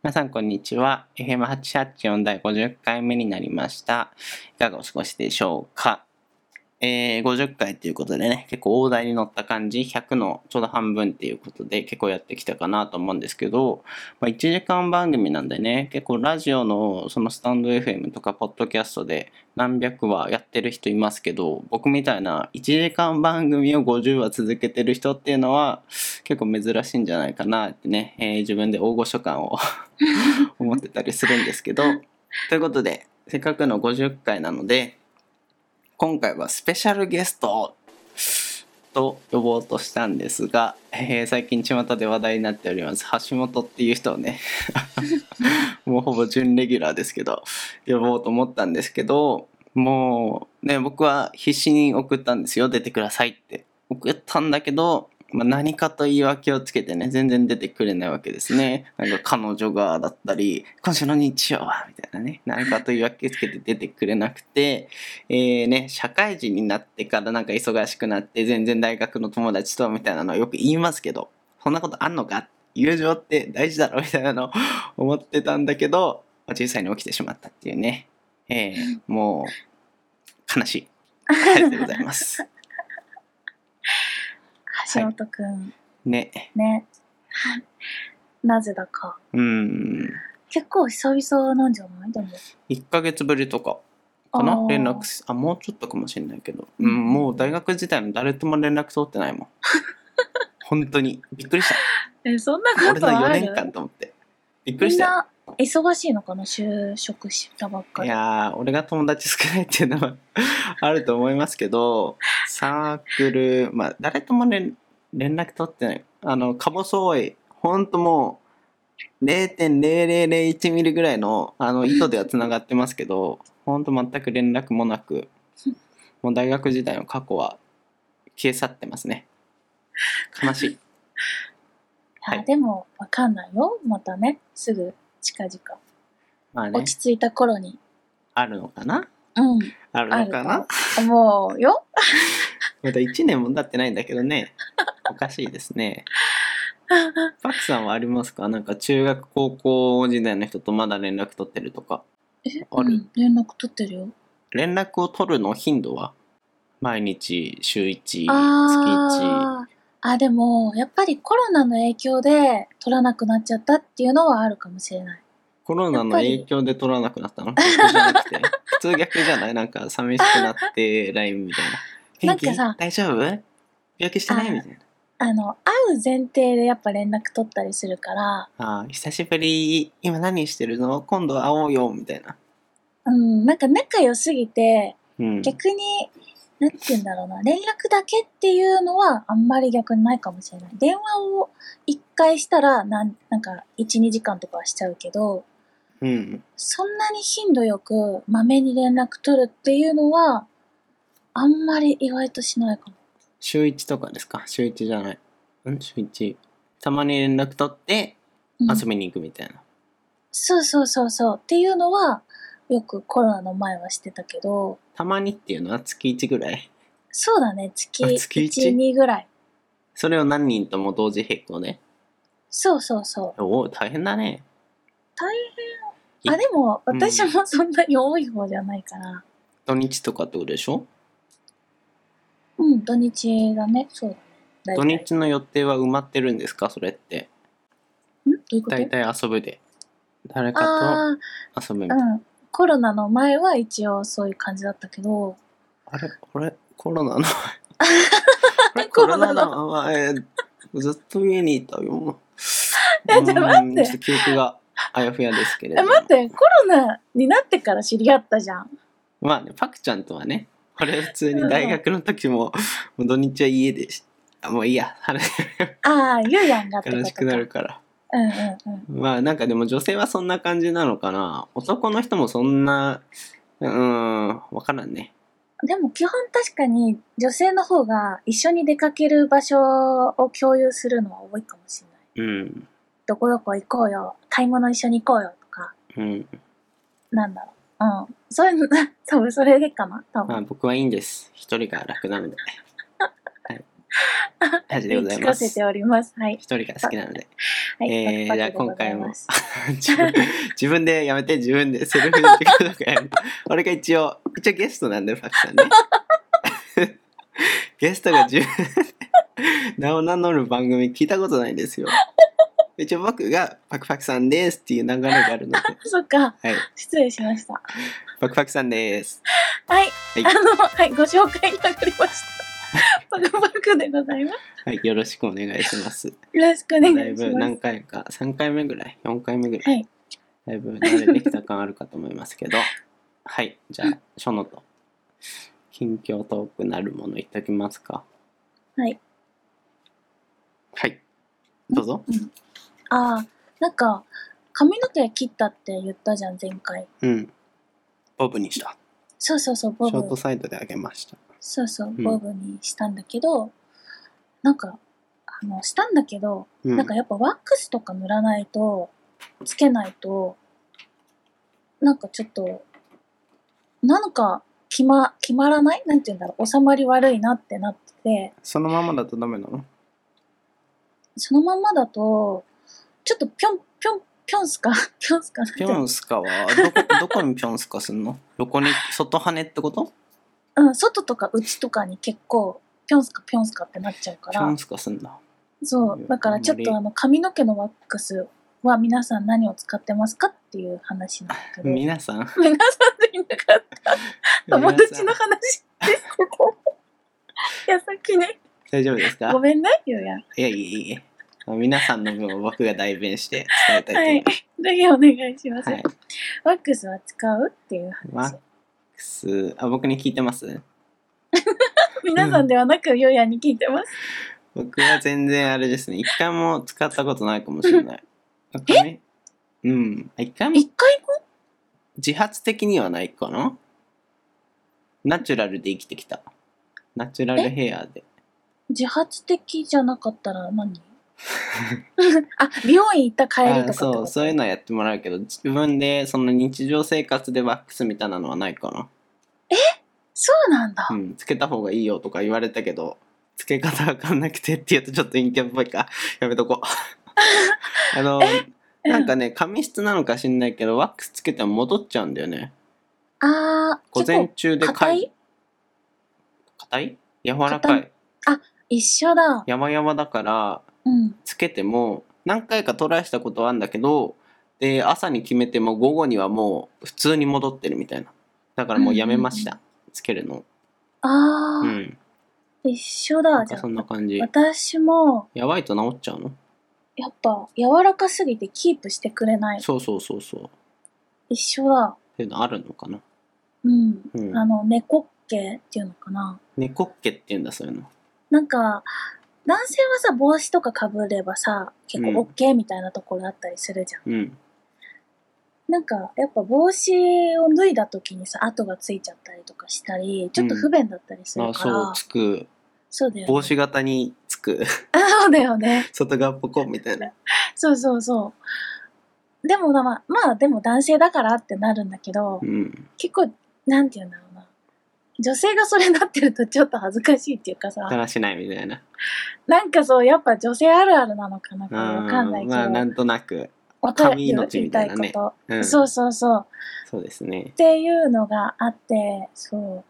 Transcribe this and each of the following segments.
皆さんこんにちは。FM884 第50回目になりました。いかがお過ごしでしょうか。50回ということでね、結構大台に乗った感じ、100のちょうど半分っていうことで結構やってきたかなと思うんですけど、1時間番組なんでね、結構ラジオのそのスタンド FM とかポッドキャストで何百話やってる人いますけど、僕みたいな1時間番組を50話続けてる人っていうのは結構珍しいんじゃないかなってね、自分で大御所感を思ってたりするんですけど、ということでせっかくの50回なので、今回はスペシャルゲストと呼ぼうとしたんですが、最近巷で話題になっております橋本っていう人をねもうほぼ準レギュラーですけど呼ぼうと思ったんですけど、もうね、僕は必死に送ったんですよ、出てくださいって送ったんだけど、何かと言い訳をつけてね、全然出てくれないわけですね。なんか彼女がだったり、今週の日曜はみたいなね、何かと言い訳つけて出てくれなくて、社会人になってからなんか忙しくなって全然大学の友達とみたいなのはよく言いますけど、そんなことあんのか、友情って大事だろみたいなのを思ってたんだけど、実際に起きてしまったっていうね、もう悲しい回でございます。 橋本くん、 ねなぜだか結構久々なんじゃない？でも 1ヶ月ぶりとかかな、連絡もうちょっとかもしれないけど、もう大学時代の誰とも連絡取ってないもん本当にびっくりした。 そんなことある？ 俺の4年間と思ってびっくりしたよ。 みんな忙しいのかな、就職したばっかり。 いや俺が友達少ないっていうのはあると思いますけど、サークル誰とも連絡取ってない。か細い、ほんともう 0.0001 ミリぐらいの糸ではつながってますけどほんと全く連絡もなくもう大学時代の過去は消え去ってますね。悲しい。 はい、でもわかんないよ、またね、すぐ近々、落ち着いた頃にあるのかな。あるのかな思うよまだ1年も経ってないんだけどね。おかしいですね。パクさんはありますか？なんか中学高校時代の人とまだ連絡取ってるとかある？ 連絡取ってるよ。 連絡を取るの頻度は毎日、週1、月1？ でもやっぱりコロナの影響で取らなくなっちゃったっていうのはあるかもしれない。 コロナの影響で取らなくなったの？逆じゃなくて普通逆じゃない？なんか寂しくなって LINE みたいな。元気？大丈夫？病気してない？みたいな。 会う前提でやっぱ連絡取ったりするから、 久しぶり、今何してるの？今度会おうよみたいな。 なんか仲良すぎて、逆になんて言うんだろうな、連絡だけっていうのはあんまり逆にないかもしれない。電話を1回したらなんか 1,2 時間とかはしちゃうけど、そんなに頻度よくまめに連絡取るっていうのはあんまり意外としないかも。 週1とかですか？週1じゃない。週1。たまに連絡取って遊びに行くみたいな。 そうっていうのはよくコロナの前はしてたけど。 たまにっていうのは月1ぐらい？ そうだね、月 1,2 ぐらい。 それを何人とも同時並行で？ そう。 お大変だね。 大変。でも私もそんなに多い方じゃないから。 土日とかってことでしょ？ 土日だね。そうだね。 土日の予定は埋まってるんですか？それって。 どういうこと？ 大体遊ぶで。誰かと遊ぶみたいな。 コロナの前は一応そういう感じだったけど。 俺コロナの前コロナの前ずっと家にいたよ。 待って。 ちょっと記憶があやふやですけれども。 待って、コロナになってから知り合ったじゃん。 パクちゃんとはね、俺普通に大学の時も土日は家でもういいやゆうやんがってことか。 悲しくなるから。なんかでも女性はそんな感じなのかな。男の人もそんなわからんね。 でも基本確かに女性の方が一緒に出かける場所を共有するのは多いかもしれない。どこどこ行こうよ、買い物一緒に行こうよとか。なんだろう。そういうのそれでかな多分。 僕はいいんです。一人が楽なので。はい、 味でござい聞かます。 せております。はい。 一人が好きなので。 はい。 じゃあ今回も自自分でやめて、自分でセルフで自己紹介やめて。俺が一応ゲストなんだよ、ファクさんね。ゲストが自分で名を名乗る番組聞いたことないんですよ。一応僕がパクパクさんですっていう流れがあるので。 そっか。 はい。 失礼しました。 パクパクさんです。 はい。はい、ご紹介になりました。パクパクでございます。 はい、よろしくお願いします。よろしくお願いします。 だいぶ何回か、3回目ぐらい、4回目ぐらい。 はい。 だいぶ慣れてきた感あるかと思いますけど。はい、じゃあ、ショノと近況トークなるもの言っておきますか。 はい。 はい。どうぞ。 なんか、髪の毛切ったって言ったじゃん、前回。 うん。ボブにした。 そうそうそう、ボブ。 ショートサイドであげました。 そうそう、ボブにしたんだけど、なんか、したんだけど、なんかやっぱワックスとか塗らないと、つけないと、なんかちょっと、なんか決まらないなんて言うんだろう、収まり悪いなってなってて。 そのままだとダメなの？ そのままだと、ちょっとぴょんすかぴょんすかはどこにぴょんすかすんの？横に外羽ってこと？ うん、外とか内とかに結構ぴょんすかってなっちゃうから。 ぴょんすかすんだ。 そう、だからちょっと髪の毛のワックスは皆さん何を使ってますかっていう話なんだけど。 皆さんでいなかった。友達の話です、ここ。いや、先に。 大丈夫ですか？ ごめんね、ゆうや。 いやいや。皆さんの分を僕が代弁して伝えたいと思います。 はい。ぜひお願いします。はい、ワックスは使うっていう話。 ワックス、僕に聞いてます？ 皆さんではなく、ゆうやに聞いてます。 僕は全然あれですね。一回も使ったことないかもしれない。 え？ うん。一回も自発的にはないかな。ナチュラルで生きてきた。ナチュラルヘアで。 自発的じゃなかったら何？美容院行った帰りとかそういうのはやってもらうけど、自分でその日常生活でワックスみたいなのはないかな。 そうなんだ。 つけた方がいいよとか言われたけど、つけ方わかんなくてって言うとちょっと陰キャっぽいか。やめとこう。なんかね、髪質なのか知んないけど、ワックスつけても戻っちゃうんだよね。午前中で硬い？柔らかい。 一緒だ。 やわだから、つけても何回かトライしたことはあるんだけど、で朝に決めても午後にはもう普通に戻ってるみたいな。だからもうやめました、つけるの。 一緒だ。 じゃあそんな感じ。 私もやばいと治っちゃうの？ やっぱ柔らかすぎてキープしてくれない。 そう。 一緒だ。 っていうのあるのかな。 猫っ毛っていうのかな。 猫っ毛っていうんだ、そういうの。 なんか男性はさ、帽子とかかぶればさ、結構 OK みたいなところあったりするじゃん。なんかやっぱ帽子を脱いだ時にさ、跡がついちゃったりとかしたり、ちょっと不便だったりするから。 そうつく。 そうだよね。 帽子型につく。 そうだよね。 外側ポコみたいな。 そう。でもでも男性だからってなるんだけど、結構なんていうんだろうな。女性がそれなってるとちょっと恥ずかしいっていうかさ。 だらしないみたいな。 なんかそう、やっぱ女性あるあるなのかなわかんないけど。 なんとなく。 髪命みたいなね。そう。 そうですね。 っていうのがあって、そう。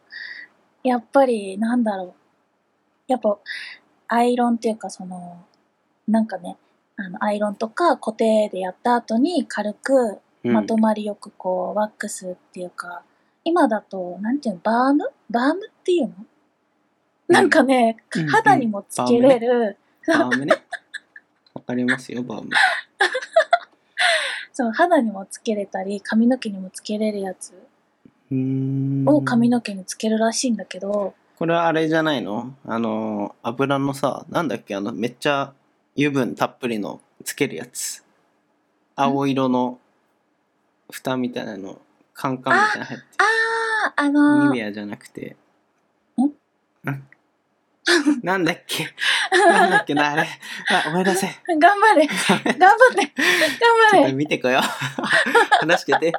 やっぱり、なんだろう。やっぱ、アイロンっていうか、なんかね、アイロンとか固定でやった後に軽くまとまりよくワックスっていうか、今だと、なんていうの、バームっていうの？なんかね、肌にもつけれる。 バームね。わかりますよ、バーム。 そう、肌にもつけれたり、髪の毛にもつけれるやつを髪の毛につけるらしいんだけど。 これはあれじゃないの？油のさ、なんだっけ、めっちゃ油分たっぷりのつけるやつ。青色の蓋みたいなの、カンカンみたいなの入ってる。ニベアじゃなくて。なんだっけな、あれ。思い出せ。 頑張れ。 ちょっと見てこよう。話してて。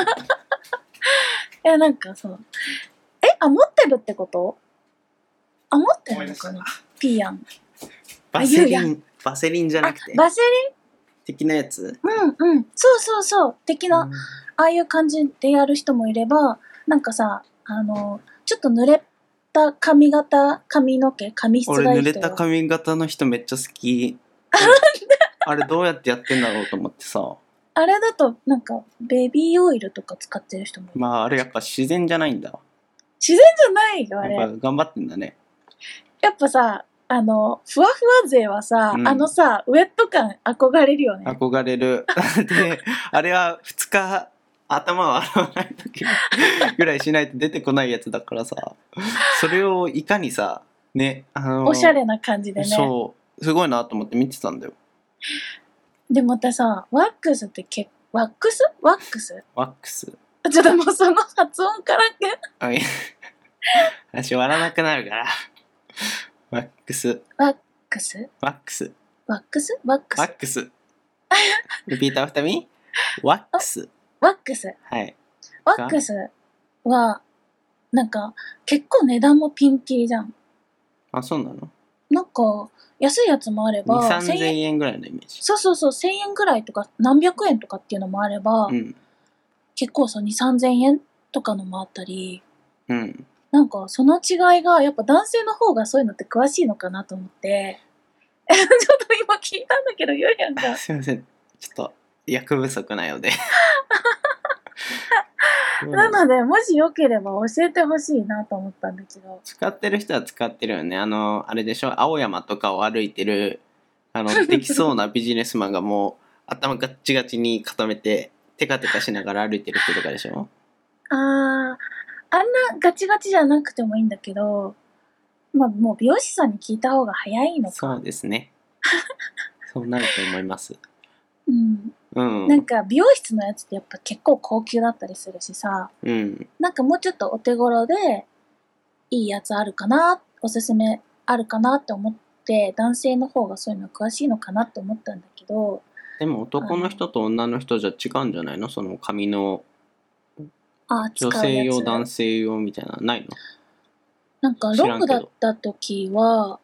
いや、なんかそう。持ってるってこと？ あ、持ってるのかなピーヤン。 バセリンじゃなくてバセリン的なやつ。 そう的な、ああいう感じでやる人もいれば、なんかさ、ちょっと濡れた髪の毛、髪質がいい人俺濡れた髪型の人めっちゃ好き。あれどうやってやってんだろうと思ってさ。 あれだとなんかベビーオイルとか使ってる人もいる。 まああれやっぱ自然じゃないんだ。 自然じゃないよあれ。 やっぱ頑張ってんだね。 やっぱさ、ふわふわ勢はさ、さ、ウェット感憧れるよね。 憧れる。で、あれは2日頭を洗わない時ぐらいしないと出てこないやつだからさ、それをいかにさ、ね、 おしゃれな感じでね。 そう、すごいなと思って見てたんだよ。 でもまたさ、ワックスってワックスちょっともうその発音から私笑わなくなるから。ワックス。リピートアフターミー。ワックス。はい。 ワックスは、なんか、結構値段もピンキリじゃん。 あ、そうなの？ なんか、安いやつもあれば、 2、3000円ぐらいのイメージ。 そう、1000円ぐらいとか、何百円とかっていうのもあれば、結構2、3000円とかのもあったり、なんかその違いがやっぱ男性の方がそういうのって詳しいのかなと思ってちょっと今聞いたんだけどゆりやんがすいませんちょっと役不足なようでなのでもしよければ教えてほしいなと思ったんだけど。 使ってる人は使ってるよね。あれでしょ、青山とかを歩いてるできそうなビジネスマンがもう頭ガッチガチに固めてテカテカしながら歩いてる人とかでしょ。 あんなガチガチじゃなくてもいいんだけど、まあもう美容師さんに聞いた方が早いのか。 そうですね。そうなると思います。 なんか美容室のやつってやっぱ結構高級だったりするしさ、なんかもうちょっとお手頃でいいやつあるかな、おすすめあるかなって思って、男性の方がそういうの詳しいのかなって思ったんだけど。 でも男の人と女の人じゃ違うんじゃないの？その髪の女性用男性用みたいなないの？ なんかロングだった時は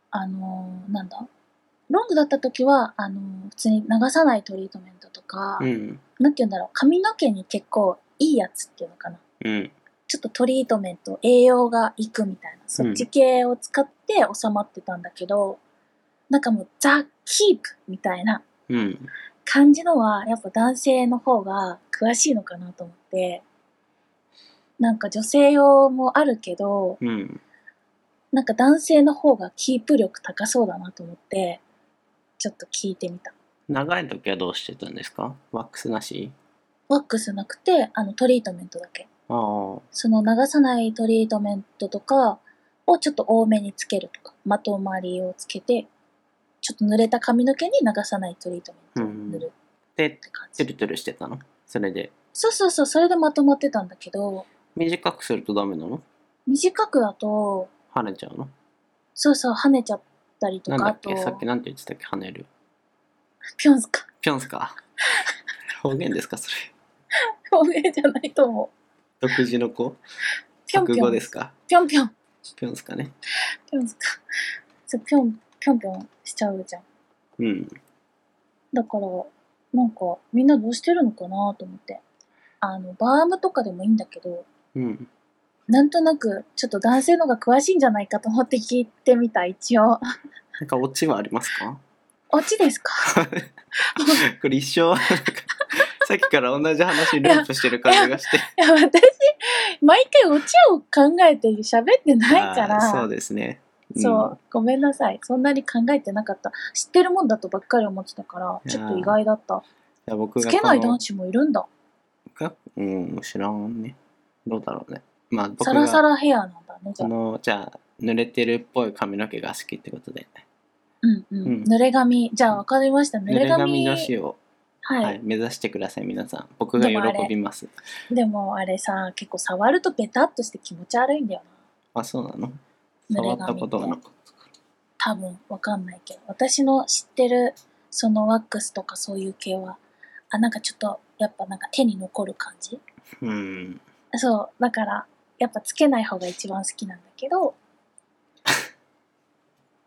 ロングだった時は普通に流さないトリートメントとか、なんて言うんだろう、髪の毛に結構いいやつっていうのかな、ちょっとトリートメント栄養がいくみたいなそっち系を使って収まってたんだけど、なんかもうザ・キープみたいな感じのはやっぱ男性の方が詳しいのかなと思って。なんか女性用もあるけど、なんか男性の方がキープ力高そうだなと思ってちょっと聞いてみた。 長い時はどうしてたんですか？ワックスなし？ ワックスなくてトリートメントだけ。その流さないトリートメントとかをちょっと多めにつけるとか、まとまりをつけてちょっと濡れた髪の毛に流さないトリートメントを塗るって感じ。トゥルトゥルしてたの？それで。 そうそれでまとまってたんだけど。 短くするとダメなの？ 短くだと跳ねちゃうの？そう跳ねちゃったりとか。 なんだっけ、さっきなんて言ってたっけ？跳ねる。 ピョンスか方言ですかそれ？ 方言じゃないと思う。 独自の子？ 国語ですか？ ぴょんぴょんすかね。 ぴょんすか。そうぴょんしちゃうじゃん。だからなんかみんなどうしてるのかなと思って。バームとかでもいいんだけど、なんとなくちょっと男性の方が詳しいんじゃないかと思って聞いてみた一応。 なんかオチはありますか？ オチですか？ これ一生さっきから同じ話ループしてる感じがして。 いや私毎回オチを考えて喋ってないから。 そうですね。 そうごめんなさい。そんなに考えてなかった。知ってるもんだとばっかり思ってたからちょっと意外だった。つけない男子もいるんだ。 知らんね。どうだろうね。まあ僕がサラサラヘアなんだね。 じゃあ濡れてるっぽい髪の毛が好きってことで。 濡れ髪。じゃあ分かりました。濡れ髪女子を、目指してください皆さん。僕が喜びます。 でもあれさ結構触るとベタっとして気持ち悪いんだよな。 あ、そうなの？触ったことはなかった。 多分分かんないけど私の知ってるそのワックスとかそういう系はなんかちょっとやっぱなんか手に残る感じ。そうだからやっぱつけない方が一番好きなんだけど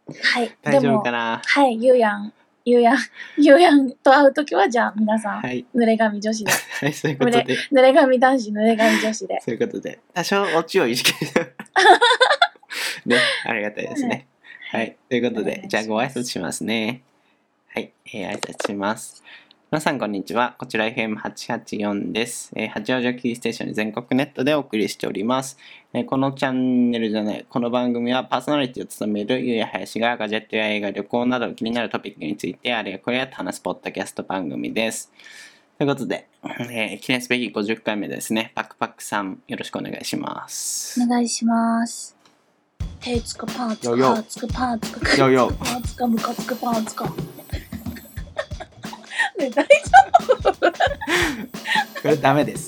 はい。 大丈夫かな。 はい、ゆうやんと会うときは、じゃあ皆さん、 はい、 濡れ髪女子で。 はい、そういうことで。 濡れ髪男子、濡れ髪女子で。 そういうことで。多少オチを意識して。ね、ありがたいですね。はい、ということで、じゃあご挨拶しますね。はい、挨拶します。皆さん、こんにちは。こちら FM884 です。八王子をキーステーションに全国ネットでお送りしております。このチャンネルじゃない、この番組はパーソナリティを務めるゆうやはやしがガジェットや映画、旅行など気になるトピックについてあれやこれやと話すポッドキャスト番組です。ということで、記念すべき50回目ですね。パクパクさん、よろしくお願いします。 お願いします。手つかパーツか、ハーツかパーツか、 よよ。 パーツかムカつくパーツか。ね、大丈夫？これダメです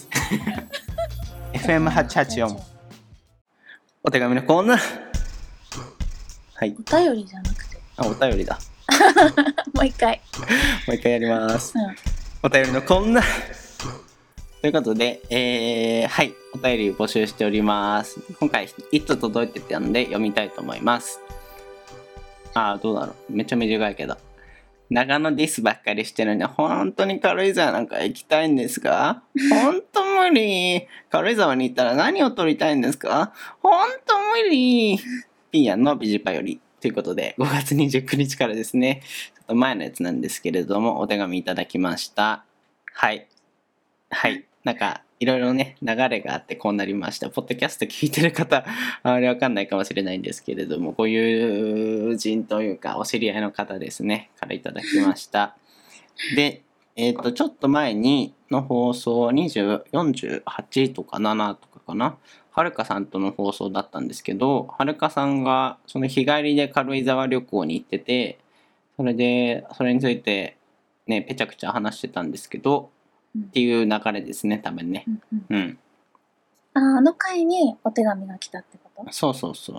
。FM884 お手紙のコーナー。はい。 お便りじゃなくて。 お便りだ。 もう一回やります。お便りのコーナー。ということで、はい、お便り募集しております。今回1つ届いてたんで読みたいと思います。どうだろう。めちゃ短いけど。長野ディスばっかりしてるのに、本当に軽井沢なんか行きたいんですか？本当無理。軽井沢に行ったら何を撮りたいんですか？本当無理。ピーヤンのビジパより。ということで、5月29日からですね、ちょっと前のやつなんですけれども、お手紙いただきました。はい。はい。なんか、いろいろね、流れがあってこうなりました。ポッドキャスト聞いてる方、あまりわかんないかもしれないんですけれども、ご友人というか、お知り合いの方ですね、からいただきました。で、ちょっと前にの放送、48とか7とかかな、はるかさんとの放送だったんですけど、はるかさんがその日帰りで軽井沢旅行に行ってて、それについてね、ぺちゃくちゃ話してたんですけど、っていう流れですね、多分ね。 あの回にお手紙が来たってこと？ そう。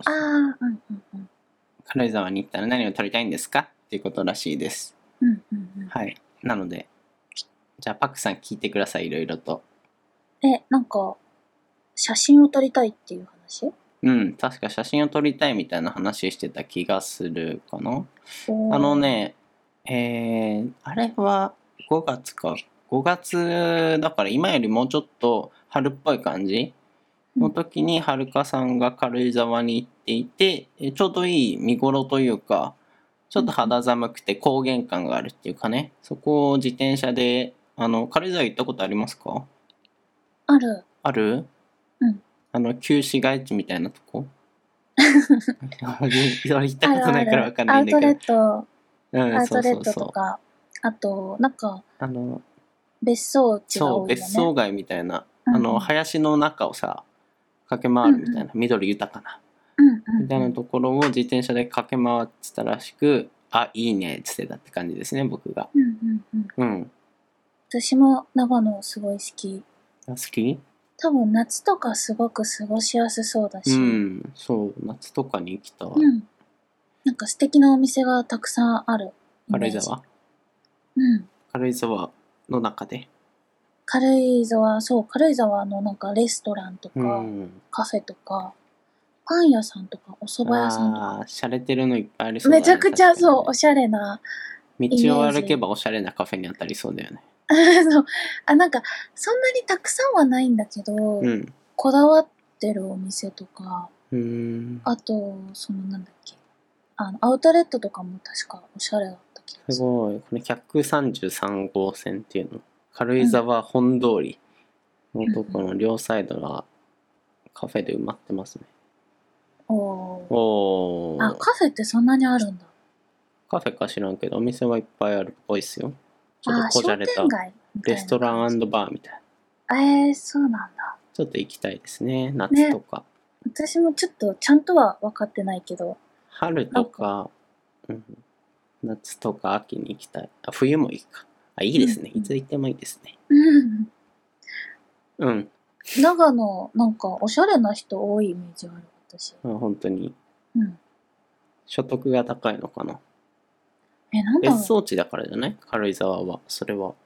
軽井沢に行ったら何を撮りたいんですかっていうことらしいです。はい。なので、じゃあパクさん聞いてください、いろいろと。 なんか、写真を撮りたいっていう話？ 確か写真を撮りたいみたいな話してた気がするかな。あれは5月か。5月だから今よりもうちょっと春っぽい感じの時にはるかさんが軽井沢に行っていて、ちょうどいい見頃というか、ちょっと肌寒くて高原感があるっていうかね、そこを自転車で、軽井沢行ったことありますか？ ある。 ある？旧市街地みたいなとこ？行ったことないからわかんないんだけど。 アウトレットとか、あと、なんか、別荘地が多いよね。 別荘街みたいな、林の中をさ、駆け回るみたいな、緑豊かな、みたいなところを自転車で駆け回ってたらしく、いいねっつってたって感じですね、僕が。 私も長野すごい好き。 好き？ 多分夏とかすごく過ごしやすそうだし。 そう、夏とかに行きたい。 なんか素敵なお店がたくさんある。 軽井沢？軽井沢の中で？ 軽井沢のなんかレストランとか、カフェとか、パン屋さんとか、お蕎麦屋さんとか。 洒落てるのいっぱいありそうだね。 めちゃくちゃそう、おしゃれな。 道を歩けばおしゃれなカフェに当たりそうだよね。 そう。なんか、そんなにたくさんはないんだけど、こだわってるお店とか、あと、なんだっけ、アウトレットとかも確かおしゃれだった気がする。 すごい。これ133号線っていうの。軽井沢本通りのところの両サイドがカフェで埋まってますね。 カフェってそんなにあるんだ。 カフェか知らんけど、お店はいっぱいあるっぽいっすよ。ちょっとこじゃれたレストラン&バーみたいな。そうなんだ。 ちょっと行きたいですね、夏とか。 私もちょっとちゃんとは分かってないけど。 春とか、夏とか秋に行きたい。冬もいいか。いいですね。いつ行ってもいいですね。 長野、なんかおしゃれな人多いイメージある、私。 本当に。所得が高いのかな。 なんだろう。 別荘地だからじゃない？軽井沢は。それは。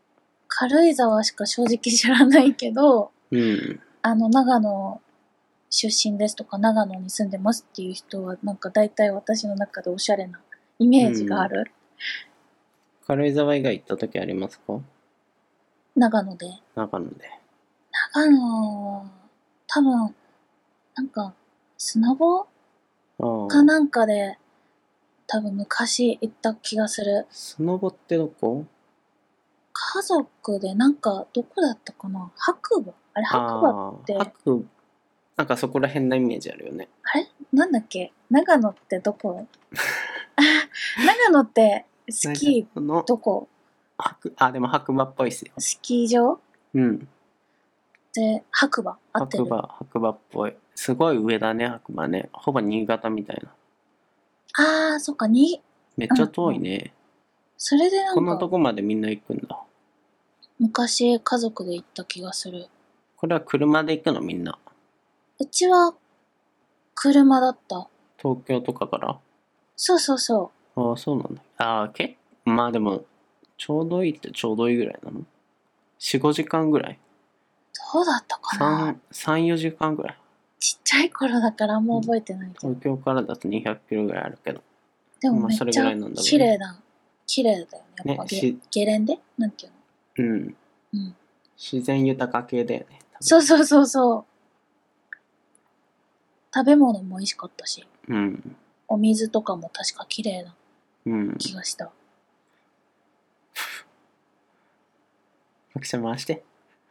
軽井沢しか正直知らないけど、長野、 出身ですとか長野に住んでますっていう人はなんか大体私の中でおしゃれなイメージがある。 軽井沢以外行った時ありますか？ 長野で。 長野で。 長野は多分なんかスノボかなんかで多分昔行った気がする。 スノボってどこ？ 家族でなんかどこだったかな？白馬？あれ白馬ってなんかそこら辺なイメージあるよね。 あれなんだっけ？長野ってどこ？長野ってスキーどこ？ でも白馬っぽいっすよ。 スキー場？ うん。 で、白馬合ってる？ 白馬っぽい。すごい上だね、白馬ね。ほぼ新潟みたいな。 あー、そっか、 めっちゃ遠いね。 それでなんか。 こんなとこまでみんな行くんだ。 昔家族で行った気がする。 これは車で行くのみんな？ うちは車だった。 東京とかから？ そうそうそう。 ああ、そうなんだ。まあでも、ちょうどいいってちょうどいいぐらいなの？ 4、5時間ぐらい？ どうだったかな？ 3、4時間ぐらい。 ちっちゃい頃だからあんま覚えてないけど。 東京からだと200キロぐらいあるけど。 でもめっちゃ綺麗だ。綺麗だよね。やっぱゲレンデなんていうの？うん。 自然豊か系だよね。 そうそうそうそう。食べ物も美味しかったし。 うん。 お水とかも確か綺麗な気がした。 拍手回して。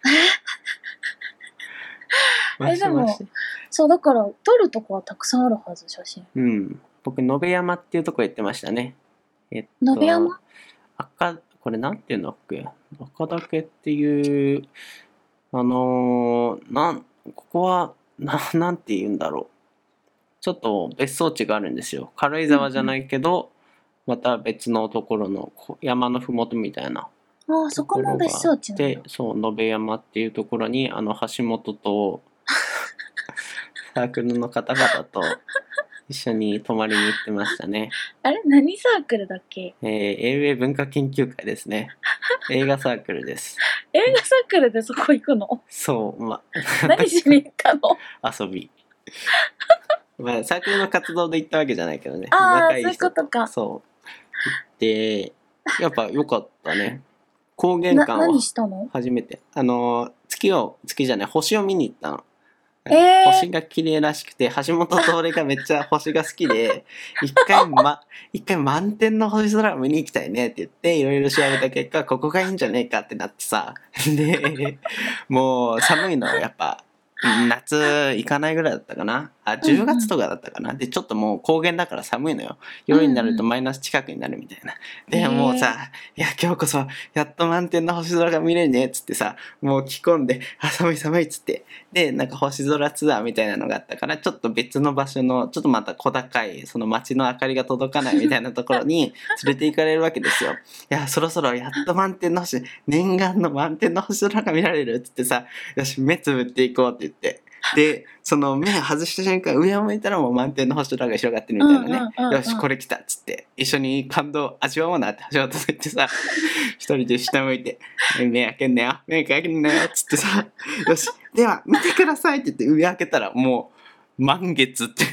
でも、そうだから撮るとこはたくさんあるはず、写真。 うん。僕、野辺山っていうとこ行ってましたね。 野辺山？ これなんていうんだっけ？赤岳っていう、ここは、なんて言うんだろう。ちょっと別荘地があるんですよ。軽井沢じゃないけど、また別のところの山のふもとみたいな。 ああ、そこも別荘地なんだ。 そう、野辺山っていうところに、橋本と、サークルの方々と一緒に泊まりに行ってましたね。 あれ何サークルだっけ？ 英米文化研究会ですね。映画サークルです。 映画サークルでそこ行くの？ そう、 何しに行ったの？ 遊び。サークルの活動で行ったわけじゃないけどね。 仲いい人と。そういうことか。 そう。行ってやっぱ良かったね。高原館を何したの？ 初めて月じゃない星を見に行ったの。星が綺麗らしくて、橋本と俺がめっちゃ星が好きで、一回満天の星空を見に行きたいねって言って、いろいろ調べた結果、ここがいいんじゃねえかってなってさ。で、もう寒いのやっぱ、夏行かないぐらいだったかな。10月とかだったかな。で、ちょっともう高原だから寒いのよ。夜になるとマイナス近くになるみたいな。で、もうさ、いや、今日こそ、やっと満天の星空が見れるね、っつってさ、もう着込んで、寒いっつって。で、なんか星空ツアーみたいなのがあったから、ちょっと別の場所の、ちょっとまた小高い、その街の明かりが届かないみたいなところに連れて行かれるわけですよ。いや、そろそろやっと満天の星、念願の満天の星空が見られるっつってさ、よし、目つぶっていこうって言って。で、その目を外した瞬間、上を向いたらもう満天の星空が広がってるみたいなね。よし、これ来たっつって、一緒に感動味わおうなって橋本と言ってさ、一人で下向いて、目開けんなよ、目開けんなよっつってさ、よし、では見てくださいって言って上開けたらもう満月っていう。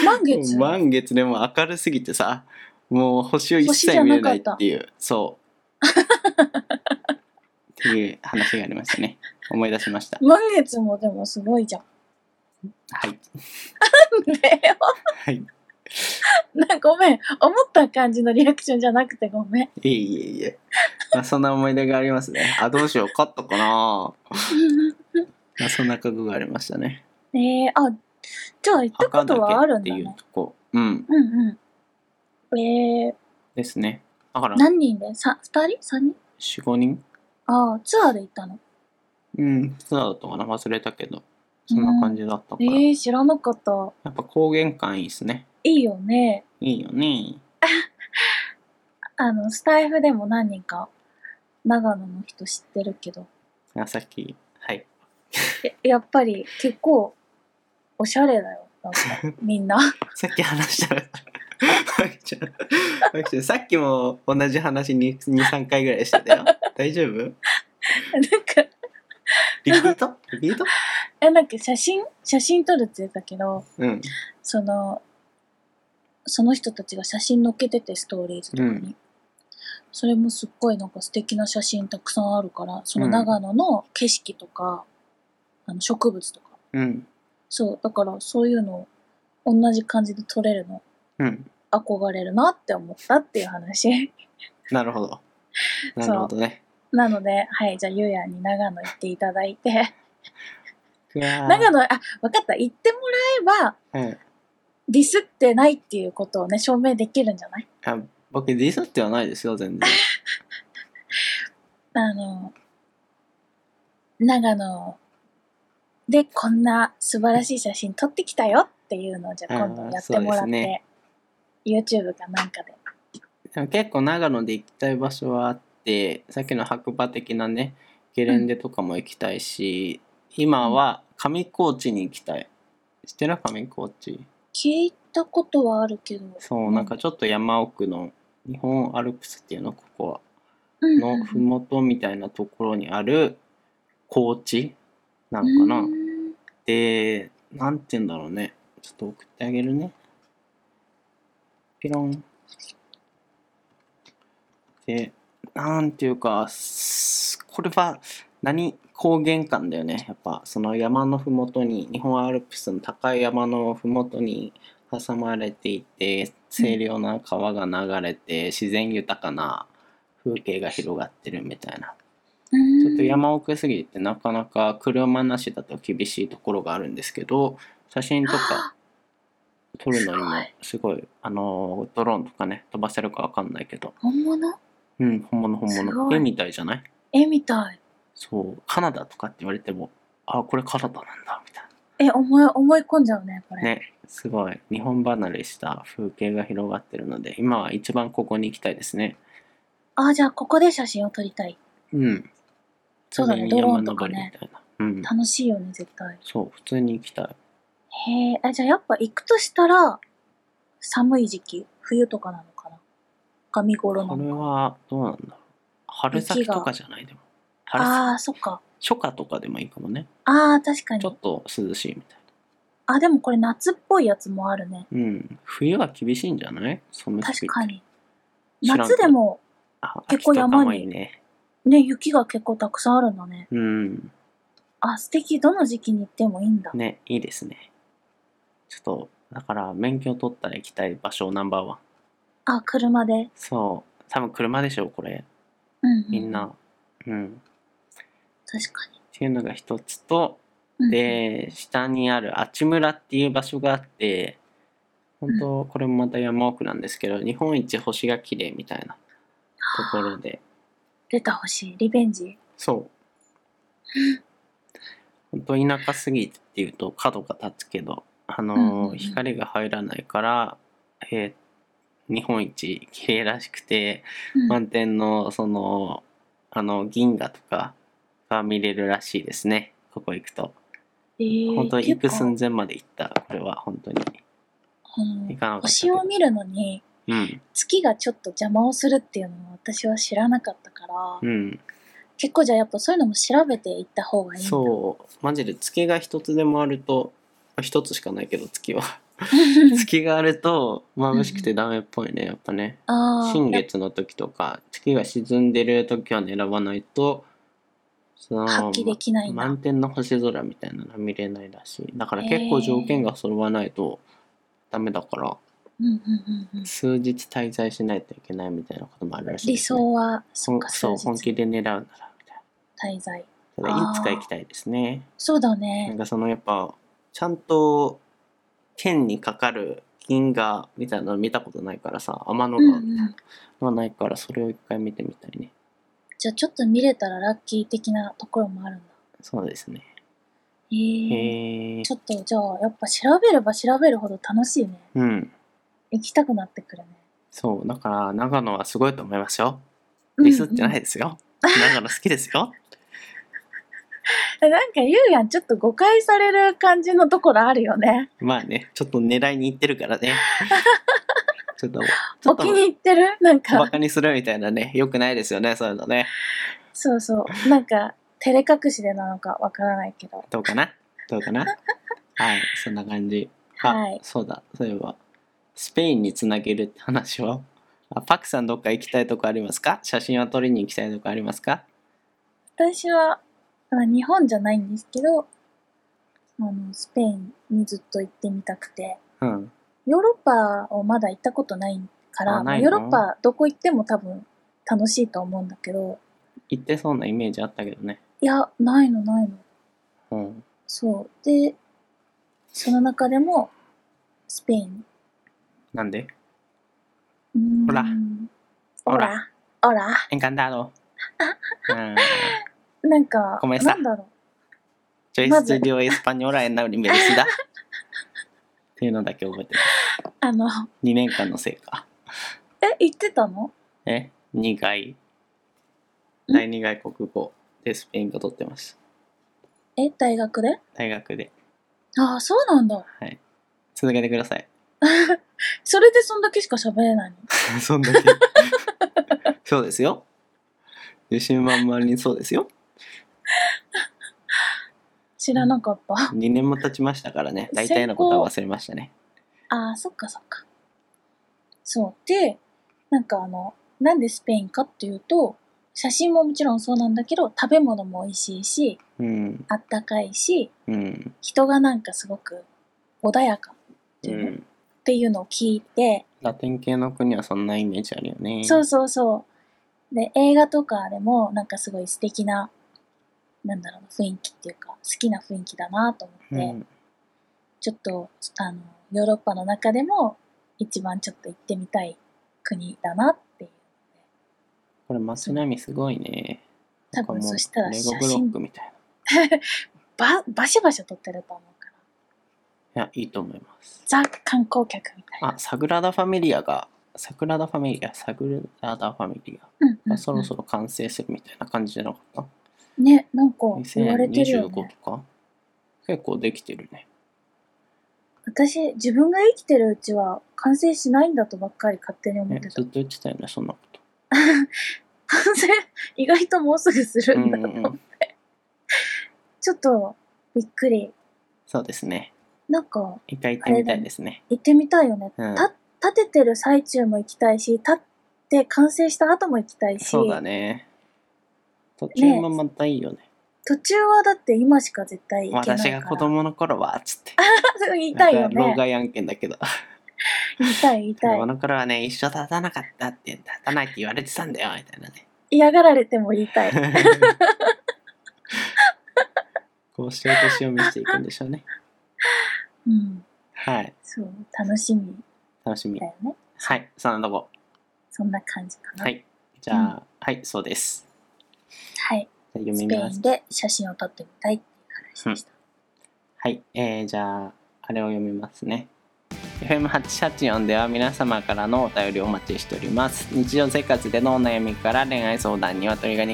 満月でも明るすぎてさ、もう星を一切見えないっていう、そう。っていう話がありましたね。思い出しました。 満月もでもすごいじゃん。 はい。 なんでよ。 はい。 ごめん。思った感じのリアクションじゃなくてごめん。 いえ。そんな思い出がありますね。どうしよう。勝ったかなそんな覚悟がありましたね。 じゃあ行ったことはあるんだね。っていうとこ。 うん。ですね。だから。 何人で？2人？3人？ 4、5人？ ツアーで行ったの？ うん、ツアーだったかな忘れたけど。そんな感じだったから。 知らなかった。 やっぱ高原感いいっすね。 いいよね。 いいよね。 スタイフでも何人か長野の人知ってるけど。 さっき、はい。 やっぱり結構おしゃれだよ。なんかみんな。 さっき話したら。さっきも同じ話2、3回ぐらいしてたよ。大丈夫？ リピートなんか写真撮るって言ったけど、 うん。 その人たちが写真載っけてて、ストーリーズとかに。うん、それもすっごいなんか素敵な写真たくさんあるから、その長野の景色とか、植物とか。 うん。 そう、だからそういうの同じ感じで撮れるの。 うん。 憧れるなって思ったっていう話。 なるほど。なるほどね。 なので、はい、じゃあゆうやんに長野行っていただいて。長野、分かった。行ってもらえば、うん、ディスってないっていうことをね、証明できるんじゃない？ 僕ディスってはないですよ、全然。 長野でこんな素晴らしい写真撮ってきたよっていうのをじゃあ今度やってもらって、ね、YouTube かなんかで。 でも結構長野で行きたい場所はあって、さっきの白馬的なね、ゲレンデとかも行きたいし、今は上高地に行きたい。知ってる？上高地。 聞いたことはあるけど。 そう、なんかちょっと山奥の日本アルプスっていうの、ここは。のふもとみたいなところにある高地なんかな。で、なんて言うんだろうね。ちょっと送ってあげるね。ピロン。で、なんていうか、これは高原感だよね。やっぱその山のふもとに、日本アルプスの高い山のふもとに挟まれていて、清涼な川が流れて、自然豊かな風景が広がってるみたいな。ちょっと山奥すぎてなかなか車なしだと厳しいところがあるんですけど、写真とか撮るのにもすごい、ドローンとかね、飛ばせるかわかんないけど。 本物？ うん、本物。絵みたいじゃない？ 絵みたい。 そう、カナダとかって言われても、あ、これカナダなんだ、みたいな。 思い込んじゃうね、これ。 ね、すごい。日本離れした風景が広がってるので、今は一番ここに行きたいですね。 じゃあここで写真を撮りたい。 うん。 そうだね、ドローンとかね。 うん、 楽しいよね、絶対。 そう、普通に行きたい。 へえ、じゃあやっぱ行くとしたら、寒い時期、冬とかなのかな？が見頃なのかな？ これはどうなんだろう。春先とかじゃない？でも。 そっか。 初夏とかでもいいかもね。 確かに。 ちょっと涼しいみたいな。でもこれ夏っぽいやつもあるね。 うん。冬は厳しいんじゃない？ 確かに。夏でも結構山にね、雪が結構たくさんあるんだね。 うん。 素敵。どの時期に行ってもいいんだ。 ね、いいですね。ちょっと、だから免許取ったら行きたい場所ナンバー1。 車で。 そう。多分車でしょ、これ。みんな。うん。 確かに。 っていうのが一つと、で、下にある阿智村っていう場所があって、本当これもまた山奥なんですけど、日本一星が綺麗みたいなところで。 出た星、リベンジ。 そう。本当田舎すぎてっていうと角が立つけど、光が入らないから、日本一綺麗らしくて、満天の銀河とかが見れるらしいですね。ここ行くと。本当に行く寸前まで行った。これは本当に。 行かなかった。星を見るのに、月がちょっと邪魔をするっていうのを私は知らなかったから、結構じゃあやっぱそういうのも調べていった方がいいんだ。 そう。マジで月が一つでもあると、一つしかないけど月は。月があると眩しくてダメっぽいね、やっぱね。新月の時とか、月が沈んでる時は選ばないと、 発揮できないんだ。 満天の星空みたいなのは見れないらしい。だから結構条件が揃わないとダメだから、数日滞在しないといけないみたいなこともあるらしいですね。 理想は、 そう、本気で狙うならみたいな。 滞在。 いつか行きたいですね。 そうだね。 なんかやっぱ、ちゃんと天にかかる銀河みたいなの見たことないからさ、天の川みたいなのはないから、それを一回見てみたいね。 じゃあちょっと見れたらラッキー的なところもあるんだ。 そうですね。 ちょっとじゃあやっぱ調べれば調べるほど楽しいね。 うん。 行きたくなってくるね。 そう、だから長野はすごいと思いますよ。ディスってないですよ。長野好きですよ。 なんかゆうやんちょっと誤解される感じのところあるよね。 まあね、ちょっと狙いに行ってるからね。ちょっとお気に入ってる？なんかバカにするみたいなね、よくないですよね、そういうのね。 そうそう、なんか照れ隠しでなのかわからないけど。 どうかなはい、そんな感じ。 はい。 そうだ、そういえば、スペインにつなげるって話を。パクさんどっか行きたいとこありますか？写真を撮りに行きたいとこありますか？ 私は、日本じゃないんですけど、スペインにずっと行ってみたくて、 うん。 ヨーロッパをまだ行ったことないから、 ないの？ ヨーロッパどこ行っても多分楽しいと思うんだけど。 行ってそうなイメージあったけどね。 いや、ないの。 うん。 そう。で、その中でも、スペイン。 なんで？ ほら。 Encantado. なんか、なんだろう。 Yo estudio española en la universidad. っていうのだけ覚えてます。2年間の成果。 行ってたの ？2外。第2外国語でスペイン語取ってます。 大学で？ 大学で。 ああ、そうなんだ。 はい。続けてください。 それでそんだけしか喋れないの？ そんだけ。そうですよ。自信満々にそうですよ。 知らなかった。 2年も経ちましたからね。大体のことは忘れましたね。 ああ、そっか。そう。で、なんでスペインかっていうと、写真ももちろんそうなんだけど、食べ物も美味しいし、あったかいし、人がすごく穏やかっていうのを聞いて。 ラテン系の国はそんなイメージあるよね。 そう。で、映画とかでもすごい素敵な、雰囲気っていうか、好きな雰囲気だなと思って、ちょっと、ヨーロッパの中でも一番ちょっと行ってみたい国だなっていう。 これ街並みすごいね。 多分そしたらレゴブロックみたいな。バシバシ撮ってると思うから。 いや、いいと思います。 ザ観光客みたいな。 サグラダ・ファミリアがそろそろ完成するみたいな感じじゃなかった？ ね、言われてるよね。 2025とか結構できてるね。 私、自分が生きてるうちは完成しないんだとばっかり勝手に思ってた。 ずっと言ってたよね、そんなこと。 完成意外ともうすぐするんだと思って。ちょっとびっくり。 そうですね。一回行ってみたいですね。 行ってみたいよね。立ててる最中も行きたいし、立って完成した後も行きたいし。 そうだね。途中もまたいいよね。 途中はだって今しか絶対行けないから。 私が子供の頃はつって。 言いたいよね。 老害案件だけど。 言いたい。 子供の頃はね、一生立たなかったって、立たないって言われてたんだよみたいなね。 嫌がられても言いたい。 こうしてお年を召していくんでしょうね。はい。 そう、楽しみ。 だよね。はい、そんなとこ。 そんな感じかな。 はい。じゃあ、はい、そうです。 はい。 読みます。 スペインで写真を撮ってみたいっていう話でした。 はい。じゃあ、あれを読みますね。FM884 では皆様からのお便りをお待ちしております。日常生活でのお悩みから恋愛相談、鶏が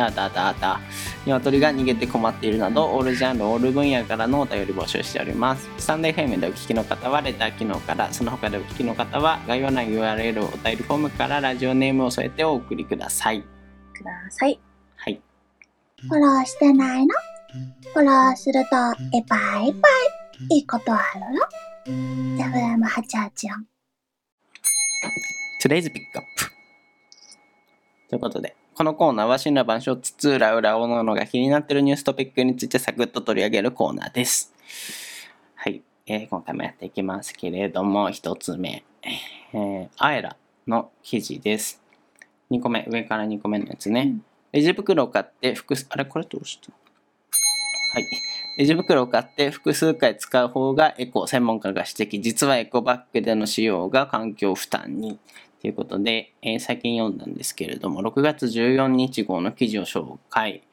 逃げて困っているなど、オールジャンル、オール分野からのお便り募集しております。スタンド FM でお聞きの方はレター機能から、その他でお聞きの方は概要欄 URL お便りフォームからラジオネームを添えてお送りください。はい。 フォローしてないの？フォローするといっぱいいっぱいいいことあるよ。FM884 Today's Pickup ということで、このコーナーは森羅万象津々浦々おのおのが気になっているニューストピックについてサクッと取り上げるコーナーです。はい、今回もやっていきますけれども、一つ目、アエラの記事です。2個目、上から2個目のやつね。レジ袋を買ってこれどうした？はい。レジ袋を買って複数回使う方がエコ、専門家が指摘。実はエコバッグでの使用が環境負担に。ということで、最近読んだんですけれども、6月14日号の記事を紹介。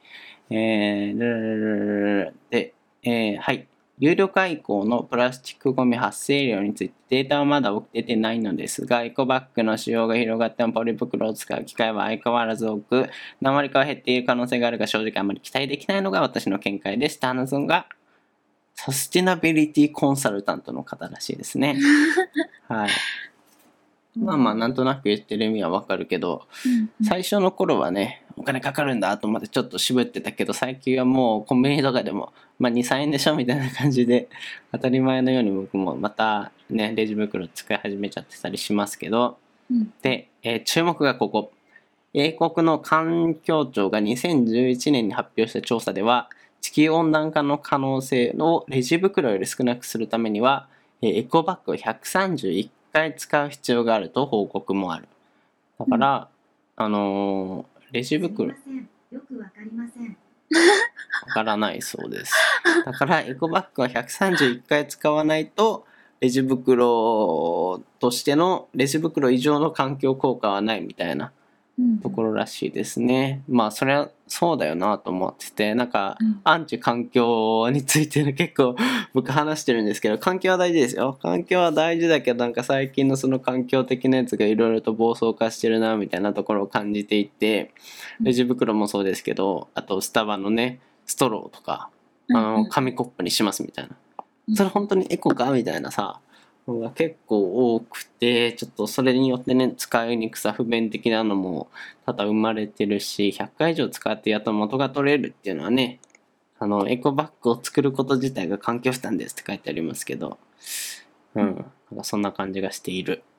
はい。有料化以降のプラスチックゴミ発生量についてデータはまだ出てないのですが、エコバッグの使用が広がってもポリ袋を使う機会は相変わらず多く、何割かは減っている可能性があるが、正直あまり期待できないのが私の見解です。話すのがサスティナビリティコンサルタントの方らしいですね。はい。まあなんとなく言ってる意味はわかるけど、最初の頃はね、 お金かかるんだと思ってちょっと渋ってたけど、最近はもうコンビニとかでも、2、3円でしょみたいな感じで、当たり前のように僕もまたね、レジ袋使い始めちゃってたりしますけど、で、注目がここ。英国の環境庁が2011年に発表した調査では、地球温暖化の可能性をレジ袋より少なくするためには、エコバッグを131回使う必要があると報告もある。だから、レジ袋。 すみません、よくわかりません。 わからないそうです。だからエコバッグは131回使わないと、レジ袋としてのレジ袋以上の環境効果はないみたいなところらしいですね。まあそれはそうだよなと思ってて、なんかアンチ環境について結構僕話してるんですけど、環境は大事ですよ。環境は大事だけど、なんか最近のその環境的なやつがいろいろと暴走化してるなみたいなところを感じていて、レジ袋もそうですけど、あとスタバのねストローとか紙コップにしますみたいな、それ本当にエコかみたいなさのが結構多くて、ちょっとそれによってね使いにくさ不便的なのも多々生まれてるし、100回以上使ってやっと元が取れるっていうのはね、エコバッグを作ること自体が環境負担ですって書いてありますけど、なんかそんな感じがしている。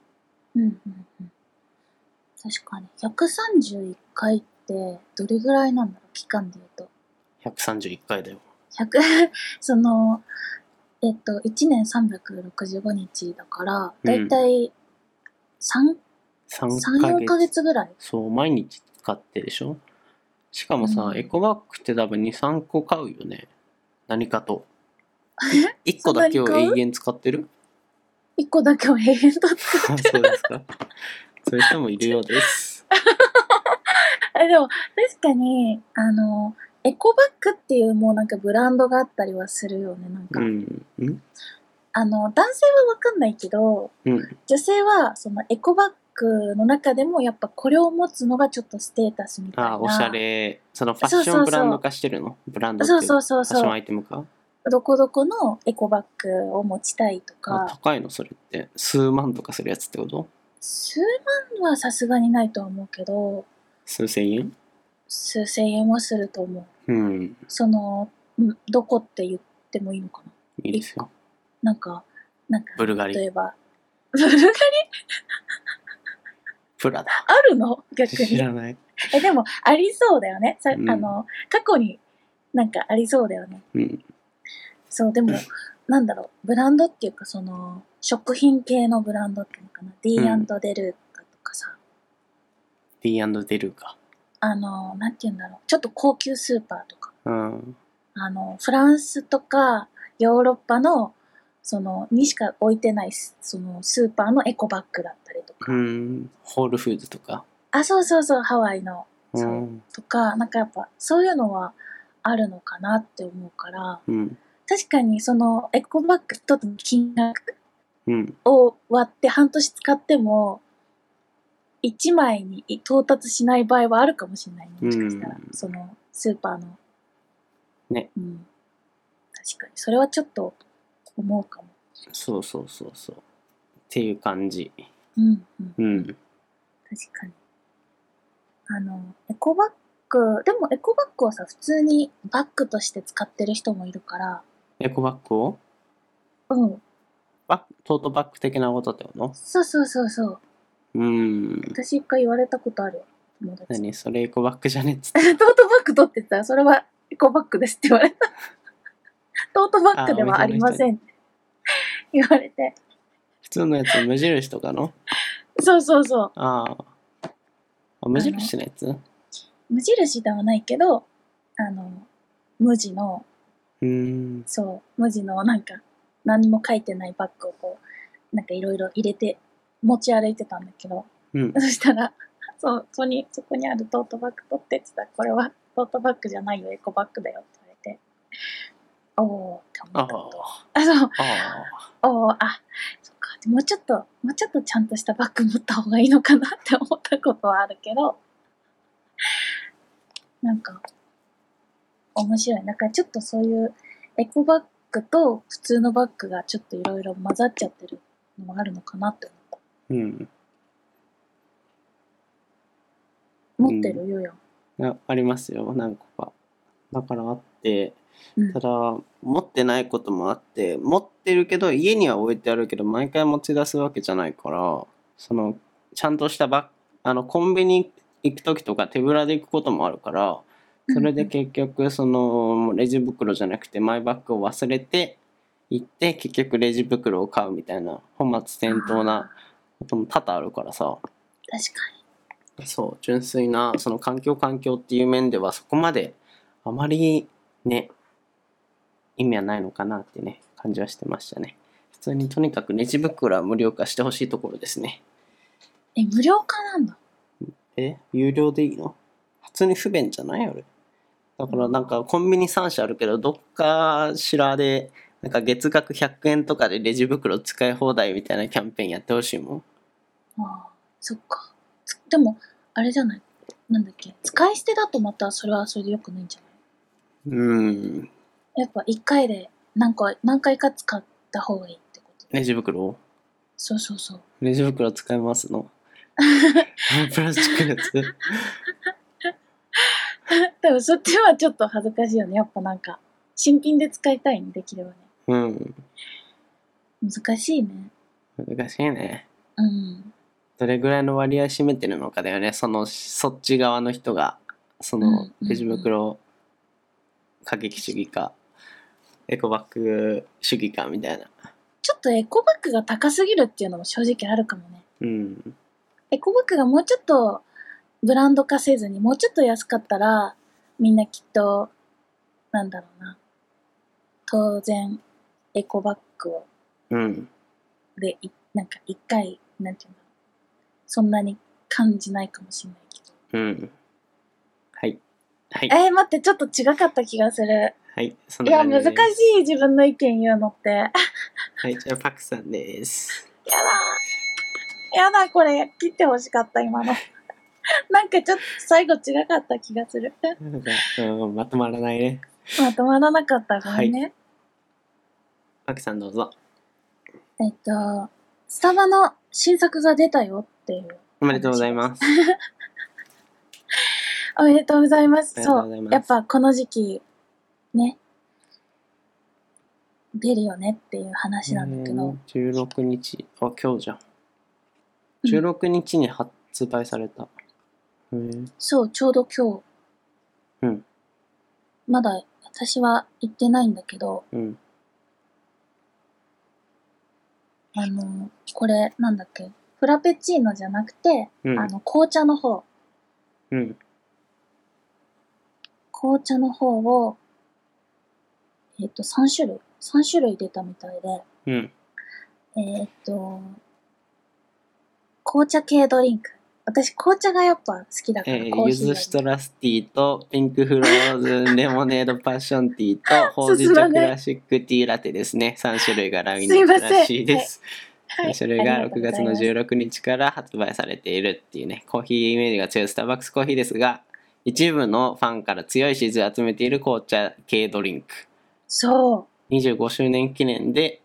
確かに131回ってどれぐらいなんだろう、期間でいうと。 131回だよ。 その1年365日だからだいたい3、4ヶ月ぐらい。 そう、毎日使ってるでしょ。しかもさ、エコバッグって多分2、3個買うよね。何かと。1個だけを永遠使ってる？ 1個だけを永遠と使ってる。 そうですか。そういう人もいるようです。 でも確かにエコバッグっていうもうなんかブランドがあったりはするよね。なんか、男性はわかんないけど、女性はそのエコバッグの中でもやっぱこれを持つのがちょっとステータスみたいな。 おしゃれ、そのファッションブランド化してるの？ブランドっていうかファッションアイテムか？ どこどこのエコバッグを持ちたいとか。 高いのそれって？数万とかするやつってこと？ 数万はさすがにないとは思うけど、 数千円？ 数千円はすると思う。そのどこって言ってもいいのかな？ いいですよ。 なんかブルガリ。 例えばブルガリプラダ。 あるの？逆に。 知らない。 でもありそうだよね。過去になんかありそうだよね。そう、でもなんだろう、ブランドっていうかその食品系のブランドっていうのかな、D& デルカとかさ。 D& デルカ。 なんて言うんだろう、ちょっと高級スーパーとか。フランスとかヨーロッパのそのにしか置いてないそのスーパーのエコバッグだったりとか。 ホールフーズとか。 そうそうそう、ハワイの。とか、なんかやっぱそういうのはあるのかなって思うから、確かにそのエコバッグとの金額を割って半年使っても1枚に到達しない場合はあるかもしれないね。もしかしたらそのスーパーのね、 確かにそれはちょっと思うかも。そうっていう感じ。 確かにエコバッグ、でもエコバッグはさ普通にバッグとして使ってる人もいるから。 エコバッグを？トートバッグ的なことってこと？ そう。私一回言われたことあるよ、友達。 何それエコバッグじゃねっつって。 トートバッグ取ってたらそれはエコバッグですって言われた。トートバッグではありませんって言われて。 普通のやつ無印とかの？ そう。 無印のやつ？ 無印ではないけど無地の無地のなんか何も書いてないバッグをこうなんかいろいろ入れて持ち歩いてたんだけど、そしたらそこにあるトートバッグ取ってって言ったら、これはトートバッグじゃないよ、エコバッグだよって言われて、おーって思ったこと。そっか、もうちょっとちゃんとしたバッグ持った方がいいのかなって思ったことはあるけど、なんか面白い。なんかちょっとそういうエコバッグと普通のバッグがちょっといろいろ混ざっちゃってるのもあるのかなって思った。持ってるよや。 やありますよ、何個か。だからあって、 うんただ持ってないこともあって、持ってるけど家には置いてあるけど毎回持ち出すわけじゃないから、そのちゃんとしたコンビニ行く時とか手ぶらで行くこともあるから、それで結局そのレジ袋じゃなくてマイバッグを忘れて行って結局レジ袋を買うみたいな本末転倒なことも多々あるからさ。 確かに。 そう、純粋なその環境っていう面ではそこまであまりね意味はないのかなってね感じはしてましたね。普通にとにかくレジ袋は無料化してほしいところですね。 無料化なんだ。 有料でいいの？普通に不便じゃないあれ。だからなんかコンビニ3社あるけどどっかしらでなんか月額100円とかでレジ袋使い放題みたいなキャンペーンやってほしいもん。 ああ、そっか。でもあれじゃない、なんだっけ、使い捨てだとまたそれはそれでよくないんじゃない？やっぱ1回で何回か使った方がいいってこと。 レジ袋？ そうそうそう。 レジ袋使いますの？プラスチックのやつ？ でもそっちはちょっと恥ずかしいよね。やっぱなんか新品で使いたいにできればね。 うん。 難しいね。 難しいね。 うん。 どれぐらいの割合占めてるのかだよね。そっち側の人がそのレジ袋過激主義かエコバッグ主義かみたいな。 ちょっとエコバッグが高すぎるっていうのも正直あるかもね。 うん。 エコバッグがもうちょっとブランド化せずにもうちょっと安かったらみんなきっとなんだろうな、当然エコバッグをでなんか一回なんていうの、そんなに感じないかもしれないけど。はいはい。待って、ちょっと違かった気がする。 はい、 いや難しい自分の意見言うのって。 はい、じゃあパクさんです。 やだこれ切ってほしかった今の。なんかちょっと最後違かった気がする。 なんか、まとまらないね。 まとまらなかった。ごめんね。 パクさんどうぞ。 スタバの新作が出たよっていう。 おめでとうございます。 おめでとうございます。そう。やっぱこの時期、ね。出るよねっていう話なんだけど。 16日。あ、今日じゃん。16日に発売された。 そう、ちょうど今日。 うん。 まだ私は行ってないんだけど。 うん。 これ、なんだっけ、フラペチーノじゃなくて、紅茶の方。 うん。 紅茶の方を、3種類出たみたいで。 うん。 紅茶系ドリンク。私、紅茶がやっぱ好きだから、 ゆずシトラスティーと、ピンクフローズンレモネードパッションティーと、ほうじ茶クラシックティーラテですね。3種類がラインナップらしいです。3種類が6月の16日から発売されているっていうね、コーヒーイメージが強いスターバックスコーヒーですが、一部のファンから強い支持を集めている紅茶系ドリンク。 そう。 25周年記念で、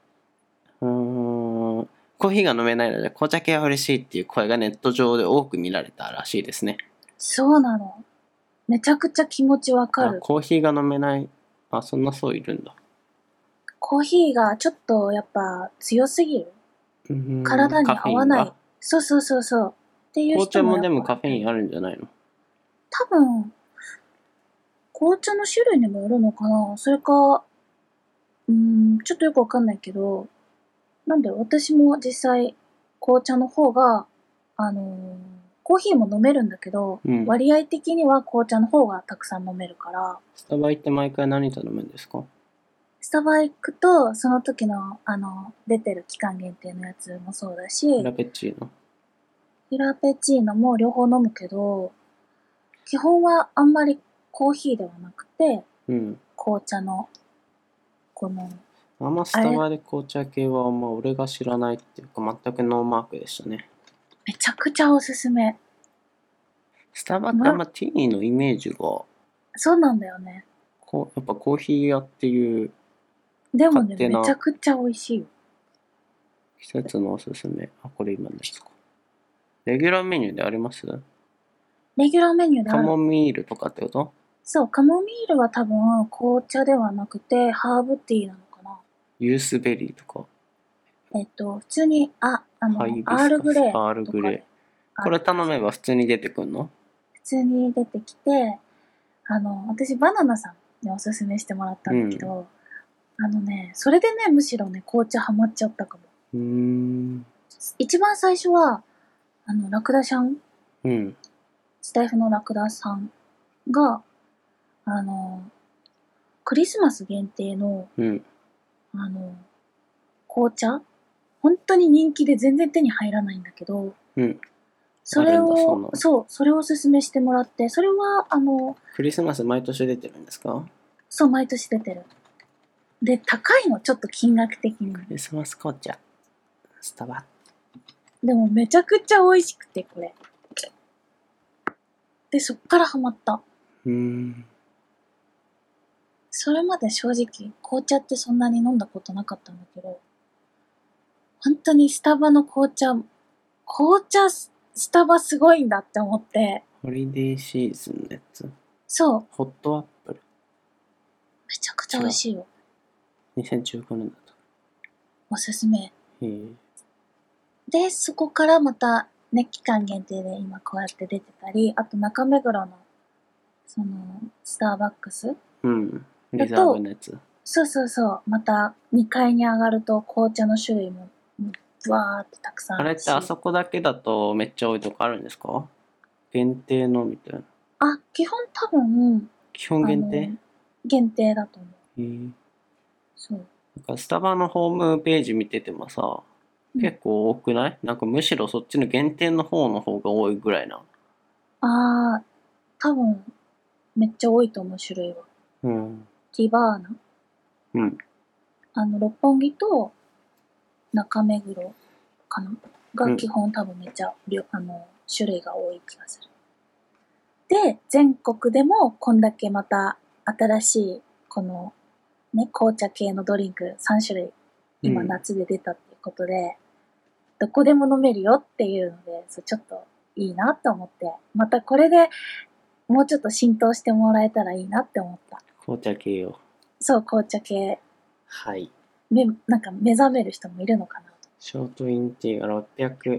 コーヒーが飲めないので紅茶系は嬉しいっていう声がネット上で多く見られたらしいですね。 そうなの。めちゃくちゃ気持ちわかる。 コーヒーが飲めない。そんな層いるんだ。 コーヒーがちょっとやっぱ強すぎる。体に合わない。そうそうそうそう。っていう人も。 紅茶もでもカフェインあるんじゃないの？ 多分、紅茶の種類にもよるのかな。それか、ちょっとよくわかんないけど、なんで私も実際紅茶の方が、コーヒーも飲めるんだけど、割合的には紅茶の方がたくさん飲めるから。 スタバ行って毎回何頼むんですか？ スタバ行くと、その時の、出てる期間限定のやつもそうだし、 フラペチーノ？ フラペチーノも両方飲むけど、基本はあんまりコーヒーではなくて、紅茶の、 あんまスタバで紅茶系は俺が知らないっていうか全くノーマークでしたね。 めちゃくちゃおすすめ。 スタバってあんまティーのイメージが。 そうなんだよね。 やっぱコーヒー屋っていう。 でもね、めちゃくちゃ美味しいよ。 季節のおすすめ。これ今のやつか。レギュラーメニューであります？ レギュラーメニューであカる。 モミールとかってこと？ そう、カモミールは多分紅茶ではなくてハーブティーなのかな。 ユースベリーとか。 普通に、 ハイビスカス、 アールグレーアールとかで。 グレー。これ頼めば普通に出てくんの？ 普通に出てきて、私バナナさんにおすすめしてもらったんだけど、それでね、むしろね、紅茶ハマっちゃったかも。一番最初は、ラクダシャン、スタイフのラクダさんが、クリスマス限定の、紅茶本当に人気で全然手に入らないんだけど、それをおすすめしてもらって、それは、 クリスマス毎年出てるんですか？ そう、毎年出てる。で、高いの、ちょっと金額的に。 クリスマス紅茶。スタバ。 でもめちゃくちゃ美味しくて、これ。で、そっからハマった。それまで正直、紅茶ってそんなに飲んだことなかったんだけど、本当にスタバの紅茶スタバすごいんだって思って。 ホリデーシーズンのやつ。 そう。 ホットアップル。 めちゃくちゃ美味しいよ。 2015年だと。 おすすめ。で、そこからまた、ね、期間限定で今こうやって出てたり、あと中目黒の、スターバックス。 リザーブのやつ。 そう。また2階に上がると紅茶の種類も、わーってたくさんあるし。あれってあそこだけだとめっちゃ多いとこあるんですか？限定のみたいな。 基本多分。 基本限定？ 限定だと思う。そう。 なんかスタバのホームページ見ててもさ、結構多くない？なんかむしろそっちの限定の方が多いぐらいな。 多分、めっちゃ多いと思う、種類は。ティバーナ。六本木と中目黒かなが基本多分めっちゃ、種類が多い気がする。で、全国でもこんだけまた新しい、この、ね、紅茶系のドリンク3種類、今夏で出たっていうことで、どこでも飲めるよっていうので、ちょっといいなって思って、またこれでもうちょっと浸透してもらえたらいいなって思った。 紅茶系よ。 そう、紅茶系。 はい。 なんか目覚める人もいるのかなと。 ショートインティーが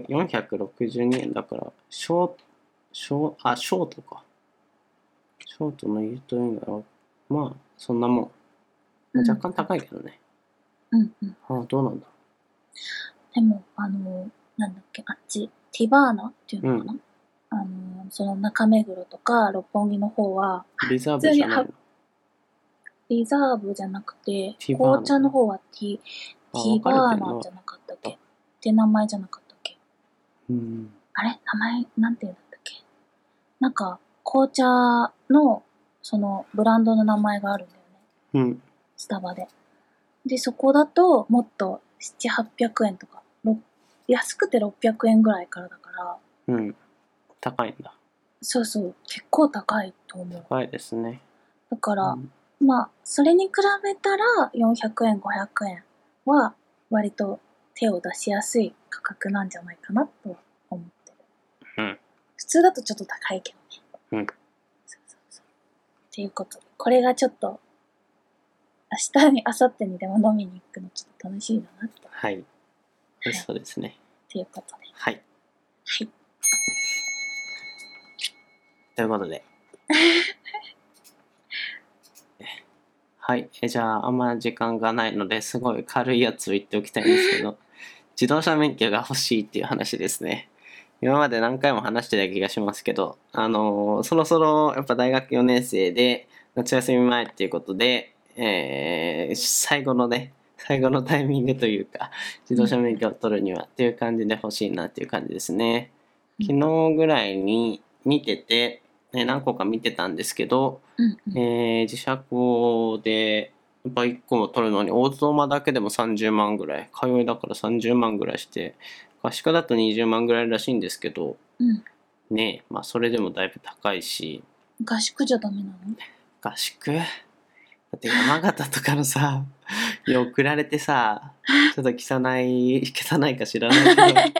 462円だから、ショートか。ショートのイートインが、まあ、そんなもん。若干高いけどね。どうなんだ。 でも、なんだっけ、あっち、ティバーナっていうのかな、その中目黒とか六本木の方は、 リザーブじゃないの？ リザーブじゃなくて、紅茶の方はティバーナじゃなかったっけって名前じゃなかったっけ？あれ名前、なんて言うんだったっけ？なんか、紅茶の、ブランドの名前があるんだよね。スタバで。で、そこだと、もっと、700、800円とか、安くて600円ぐらいからだから。 高いんだ。 そう、結構高いと思う。 高いですね。 だから、まあ、それに比べたら、400円、500円は、割と手を出しやすい価格なんじゃないかなと思ってる。普通だとちょっと高いけどね。そう。っていうことで、これがちょっと、明日に、明後日にでも飲みに行くのちょっと楽しいなって。 はい。そうですね。 っていうことで。 はい。ということで。はい。じゃあ、あんま時間がないので、すごい軽いやつを言っておきたいんですけど、自動車免許が欲しいっていう話ですね。今まで何回も話してた気がしますけど、そろそろやっぱ大学4年生で、夏休み前っていうことで、最後のタイミングというか、自動車免許を取るにはっていう感じで欲しいなっていう感じですね。昨日ぐらいに見てて、何個か見てたんですけど、自車庫でやっぱ1個も取るのに大相馬だけでも30万ぐらい、通いだから30万ぐらいして、合宿だと20万ぐらいらしいんですけど、ねえ、まあそれでもだいぶ高いし。 合宿じゃダメなの？ 合宿？だって山形とかのさ、送られてさ、ちょっと汚いか知らないけど、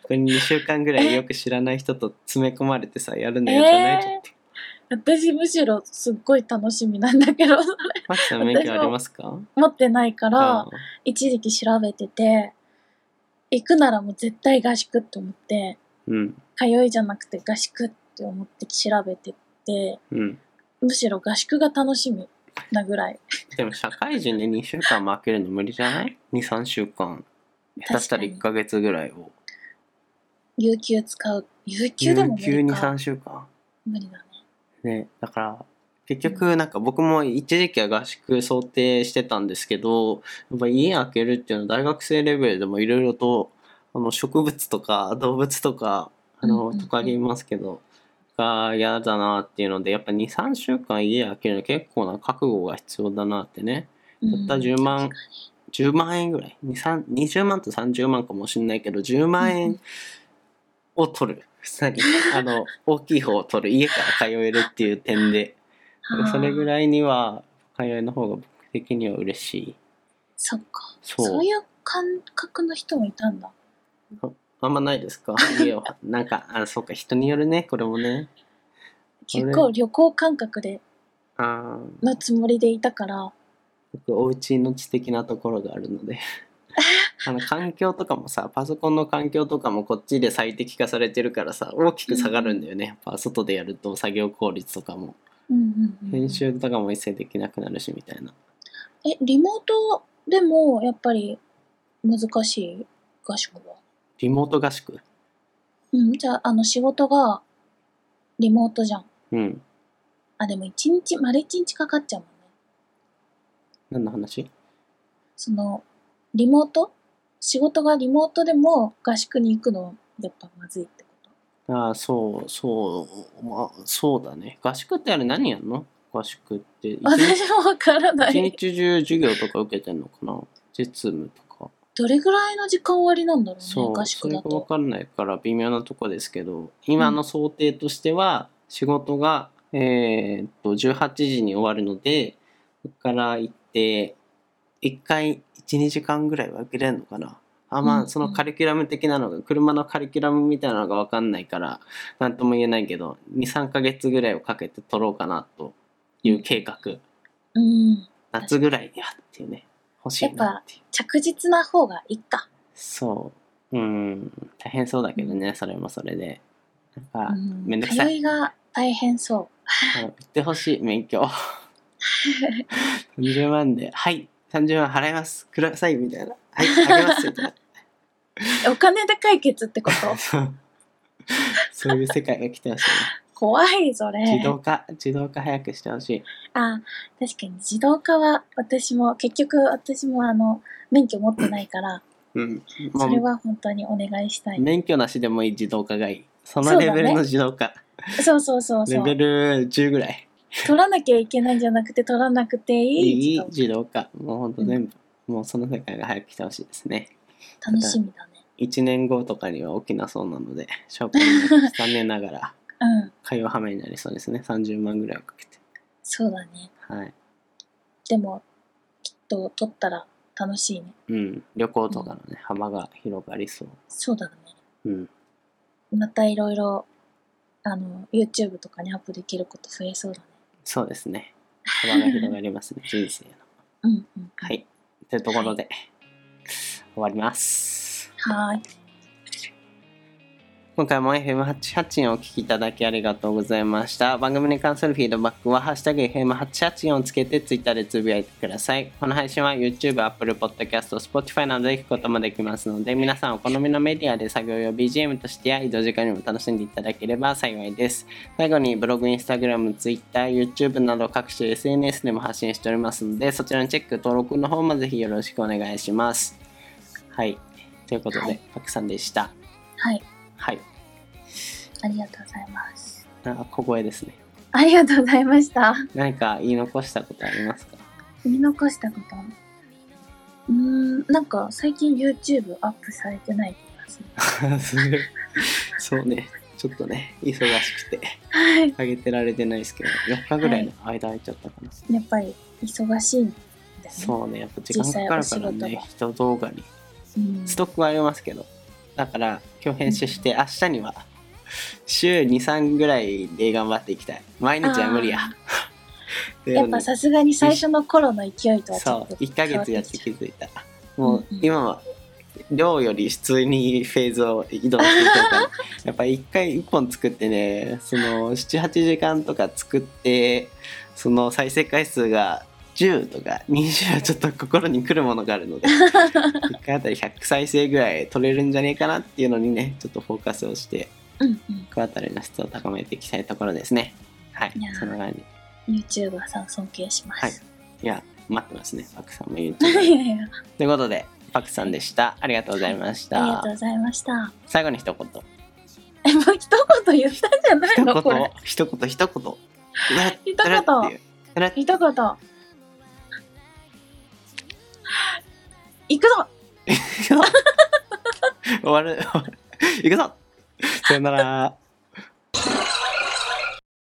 これ2週間ぐらいよく知らない人と詰め込まれてさ、やるのやじゃないちょっと。 私むしろすっごい楽しみなんだけど、それ。 マキさん免許ありますか？ 持ってないかあらあ、 一時期調べてて、行くならもう絶対合宿って思って、 うん。 通いじゃなくて合宿って思って調べてて、 うん。 むしろ合宿が楽しみなぐらい。 でも社会人で2週間も空けるの無理じゃない？ 2、3週間。下手したら1ヶ月ぐらいを。 有給使う。有給でも無有給2、 理か。 3週間。 無理だね。 ね、だから結局なんか僕も一時期は合宿想定してたんですけど、やっぱ家開けるっていうのは大学生レベルでもいろいろと植物とか動物とかトカゲいますけどが嫌だなっていうので、やっぱ 2,3 週間家開けるの結構な覚悟が必要だなってね。たった10万円ぐらい20万と30万かもしれないけど、10万円を取る、大きい方を取る、家から通えるっていう点で、それぐらいには通いの方が僕的には嬉しい。 そっか。そういう感覚の人もいたんだ。 あんまないですか？家をなんかそうか、人によるね、これもね。 結構旅行感覚でのつもりでいたから。 僕お家の知的なところがあるので環境とかもさ、パソコンの環境とかもこっちで最適化されてるからさ、大きく下がるんだよね、やっぱ外でやると作業効率とかも、編集とかも一切できなくなるしみたいな。 リモートでもやっぱり難しい合宿は？ リモート合宿？ じゃあ仕事がリモートじゃん。でも丸一日かかっちゃうもんね。 何の話？ リモート？仕事がリモートでも合宿に行くのやっぱまずいってこと？ そうだね。合宿ってあれ何やんの？合宿って。 私もわからない。 一日中授業とか受けてんのかな？実務とか。 どれぐらいの時間割なんだろうね、合宿だと。 それがわかんないから微妙なとこですけど、今の想定としては、仕事が、18時に終わるので、そこから行って、1回1、2時間ぐらいは受けれるのかな。そのカリキュラム的なのが、車のカリキュラムみたいなのがわかんないから、なんとも言えないけど、2、3ヶ月ぐらいをかけて取ろうかなという計画。夏ぐらいにはっていうね、欲しいなっていう。 やっぱ着実な方がいいか。 そう。大変そうだけどね、それもそれで。なんか、めんどくさい。 通いが大変そう。 言ってほしい、免許。30万で、はい、30万払います。ください、みたいな。はい、あげますみたいな。 お金で解決ってこと？ そういう世界が来てほしいね。 怖い、それ。 自動化早くしてほしい。 確かに自動化は私も免許持ってないから、それは本当にお願いしたい。 免許なしでもいい自動化がいい。そのレベルの自動化。 そう。 レベル10ぐらい。 取らなきゃいけないんじゃなくて、取らなくていい自動化。もう本当全部、もうその世界が早く来てほしいですね。 楽しみだね。 1年後とかには起きなそうなので、証拠に残念ながら、通う羽目になりそうですね。30万ぐらいをかけて。 そうだね。 はい。 でも、きっと取ったら楽しいね。 旅行とかのね、幅が広がりそう。 そうだね。またいろいろ、YouTube とかにアップできること増えそうだね。 そうですね。幅が広がりますね、人生の。はい。というところで、終わります。 はい。 今回も FM884 をお聞きいただきありがとうございました。番組に関するフィードバックは、ハッシュタグ FM884 をつけて Twitter でつぶやいてください。この配信は YouTube、Apple Podcast、Spotify などで聞くこともできますので、皆さんお好みのメディアで作業用 BGM としてや移動時間にも楽しんでいただければ幸いです。最後にブログ、Instagram、Twitter、YouTube など各種 SNS でも発信しておりますので、そちらのチェック、登録の方もぜひよろしくお願いします。はい。ということで、パクさんでした。 はい。 はい。 ありがとうございます。 小声ですね。 ありがとうございました。 何か言い残したことありますか？ 言い残したこと？なんか最近 YouTube アップされてない気がする。 そうね。ちょっとね、忙しくて、上げてられてないですけど、4日ぐらいの間空いちゃったかな。 やっぱり忙しいんだね。 そうね、やっぱ時間かかるからね、一動画に。ストックはありますけど、 だから今日編集して明日には週 2,3 ぐらいで頑張っていきたい。毎日は無理や。 やっぱさすがに最初の頃の勢いとはちょっとそう1ヶ月やって気づいた。もう今は量より質にフェーズを移動していこうかな。やっぱ1回1本作ってね、その 7,8 時間とか作って、その再生回数が10とか20はちょっと心に来るものがあるので1回あたり100再生ぐらい取れるんじゃねえかなっていうのにね、ちょっとフォーカスをして1あたりの質を高めていきたいところですね。はい、そんな感じ。 YouTuber さん尊敬します。 はい、いや待ってますね、パクさんも YouTuber ということでパクさんでした。ありがとうございました。 ありがとうございました。 最後に一言。 もう一言言ったんじゃないのこれ。 一言。 一言。行くぞ終わる。行くぞ。さよなら。